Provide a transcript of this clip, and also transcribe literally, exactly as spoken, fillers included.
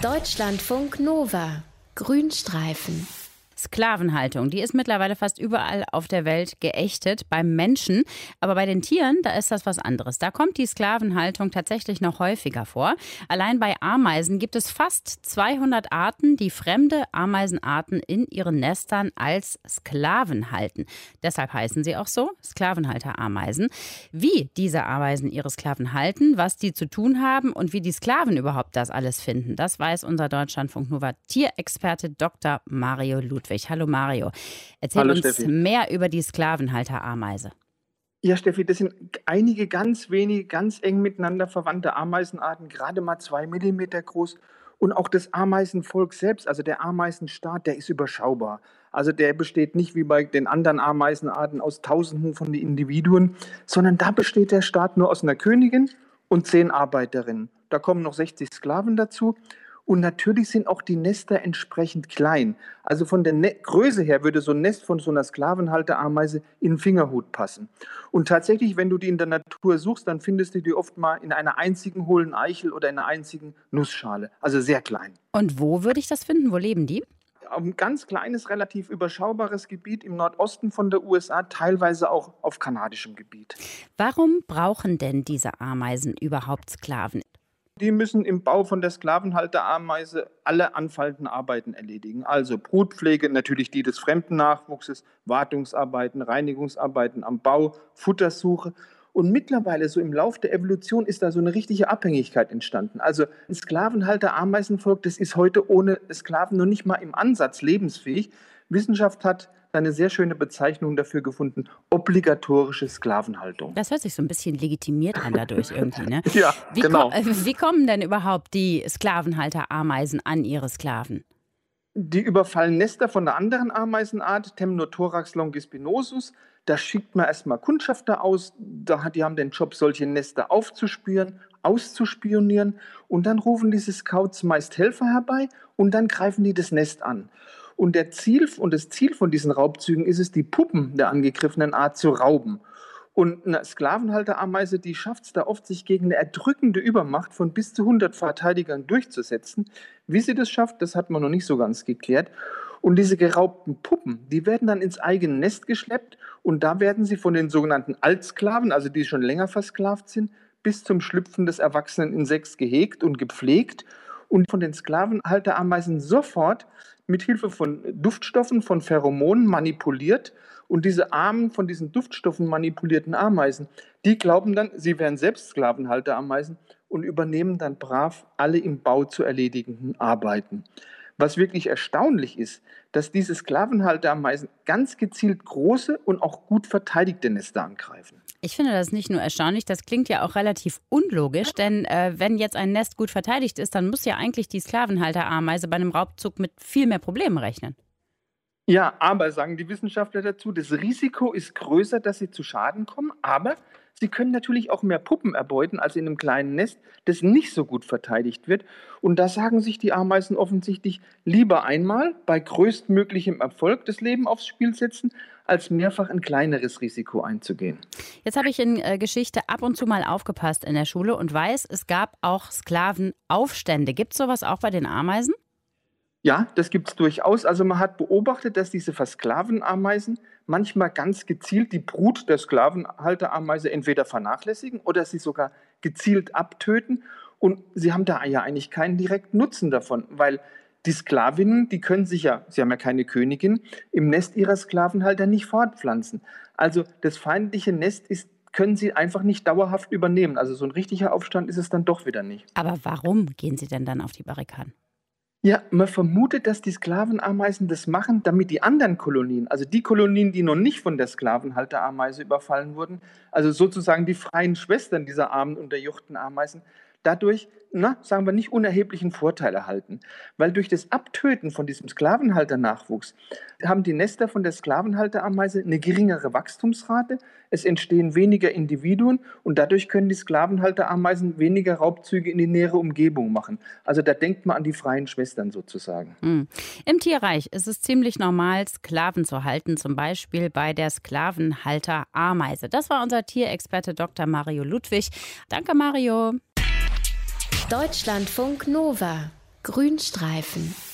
Deutschlandfunk Nova. Grünstreifen. Sklavenhaltung, die ist mittlerweile fast überall auf der Welt geächtet, beim Menschen. Aber bei den Tieren, da ist das was anderes. Da kommt die Sklavenhaltung tatsächlich noch häufiger vor. Allein bei Ameisen gibt es fast zweihundert Arten, die fremde Ameisenarten in ihren Nestern als Sklaven halten. Deshalb heißen sie auch so, Sklavenhalter-Ameisen. Wie diese Ameisen ihre Sklaven halten, was die zu tun haben und wie die Sklaven überhaupt das alles finden, das weiß unser Deutschlandfunk Nova Tierexperte Doktor Mario Ludwig. Hallo Mario. Erzähl Hallo, uns Steffi. mehr über die Sklavenhalter-Ameise. Ja, Steffi, das sind einige ganz wenige, ganz eng miteinander verwandte Ameisenarten, gerade mal zwei Millimeter groß. Und auch das Ameisenvolk selbst, also der Ameisenstaat, der ist überschaubar. Also der besteht nicht wie bei den anderen Ameisenarten aus Tausenden von Individuen, sondern da besteht der Staat nur aus einer Königin und zehn Arbeiterinnen. Da kommen noch sechzig Sklaven dazu. Und natürlich sind auch die Nester entsprechend klein. Also von der ne- Größe her würde so ein Nest von so einer Sklavenhalterameise in den Fingerhut passen. Und tatsächlich, wenn du die in der Natur suchst, dann findest du die oft mal in einer einzigen hohlen Eichel oder in einer einzigen Nussschale. Also sehr klein. Und wo würde ich das finden? Wo leben die? Ein ganz kleines, relativ überschaubares Gebiet im Nordosten von der U S A, teilweise auch auf kanadischem Gebiet. Warum brauchen denn diese Ameisen überhaupt Sklaven? Die müssen im Bau von der Sklavenhalterameise alle anfallenden Arbeiten erledigen. Also Brutpflege, natürlich die des fremden Nachwuchses, Wartungsarbeiten, Reinigungsarbeiten am Bau, Futtersuche. Und mittlerweile, so im Lauf der Evolution, ist da so eine richtige Abhängigkeit entstanden. Also ein Sklavenhalter-Ameisenvolk, das ist heute ohne Sklaven noch nicht mal im Ansatz lebensfähig. Wissenschaft hat eine sehr schöne Bezeichnung dafür gefunden: obligatorische Sklavenhaltung. Das hört sich so ein bisschen legitimiert an dadurch irgendwie, ne? Ja, wie genau. Ko- äh, wie kommen denn überhaupt die Sklavenhalter-Ameisen an ihre Sklaven? Die überfallen Nester von einer anderen Ameisenart, Temnothorax longispinosus. Da schickt man erstmal Kundschafter aus. Da hat, die haben den Job, solche Nester aufzuspüren, auszuspionieren. Und dann rufen diese Scouts meist Helfer herbei und dann greifen die das Nest an. Und, der Ziel, und das Ziel von diesen Raubzügen ist es, die Puppen der angegriffenen Art zu rauben. Und eine Sklavenhalterameise, die schafft es da oft, sich gegen eine erdrückende Übermacht von bis zu hundert Verteidigern durchzusetzen. Wie sie das schafft, das hat man noch nicht so ganz geklärt. Und diese geraubten Puppen, die werden dann ins eigene Nest geschleppt und da werden sie von den sogenannten Altsklaven, also die schon länger versklavt sind, bis zum Schlüpfen des erwachsenen Insekts gehegt und gepflegt und von den Sklavenhalterameisen sofort mit Hilfe von Duftstoffen, von Pheromonen manipuliert. Und diese armen, von diesen Duftstoffen manipulierten Ameisen, die glauben dann, sie wären selbst Sklavenhalterameisen und übernehmen dann brav alle im Bau zu erledigenden Arbeiten. Was wirklich erstaunlich ist, dass diese Sklavenhalterameisen ganz gezielt große und auch gut verteidigte Nester angreifen. Ich finde das nicht nur erstaunlich, das klingt ja auch relativ unlogisch, denn äh, wenn jetzt ein Nest gut verteidigt ist, dann muss ja eigentlich die Sklavenhalterameise bei einem Raubzug mit viel mehr Problemen rechnen. Ja, aber, sagen die Wissenschaftler dazu, das Risiko ist größer, dass sie zu Schaden kommen, aber sie können natürlich auch mehr Puppen erbeuten als in einem kleinen Nest, das nicht so gut verteidigt wird. Und da sagen sich die Ameisen offensichtlich, lieber einmal bei größtmöglichem Erfolg das Leben aufs Spiel setzen, als mehrfach ein kleineres Risiko einzugehen. Jetzt habe ich in äh, Geschichte ab und zu mal aufgepasst in der Schule und weiß, es gab auch Sklavenaufstände. Gibt es sowas auch bei den Ameisen? Ja, das gibt es durchaus. Also man hat beobachtet, dass diese versklavenen Ameisen manchmal ganz gezielt die Brut der Sklavenhalterameise entweder vernachlässigen oder sie sogar gezielt abtöten. Und sie haben da ja eigentlich keinen direkten Nutzen davon, weil die Sklavinnen, die können sich ja, sie haben ja keine Königin, im Nest ihrer Sklavenhalter nicht fortpflanzen. Also das feindliche Nest ist, können sie einfach nicht dauerhaft übernehmen. Also so ein richtiger Aufstand ist es dann doch wieder nicht. Aber warum gehen sie denn dann auf die Barrikaden? Ja, man vermutet, dass die Sklavenameisen das machen, damit die anderen Kolonien, also die Kolonien, die noch nicht von der Sklavenhalterameise überfallen wurden, also sozusagen die freien Schwestern dieser armen, unterjochten Ameisen, dadurch, na, sagen wir, nicht unerheblichen Vorteil erhalten. Weil durch das Abtöten von diesem Sklavenhalternachwuchs haben die Nester von der Sklavenhalterameise eine geringere Wachstumsrate, es entstehen weniger Individuen und dadurch können die Sklavenhalterameisen weniger Raubzüge in die nähere Umgebung machen. Also da denkt man an die freien Schwestern sozusagen. Mhm. Im Tierreich ist es ziemlich normal, Sklaven zu halten, zum Beispiel bei der Sklavenhalterameise. Das war unser Tierexperte Doktor Mario Ludwig. Danke, Mario. Deutschlandfunk Nova Grünstreifen.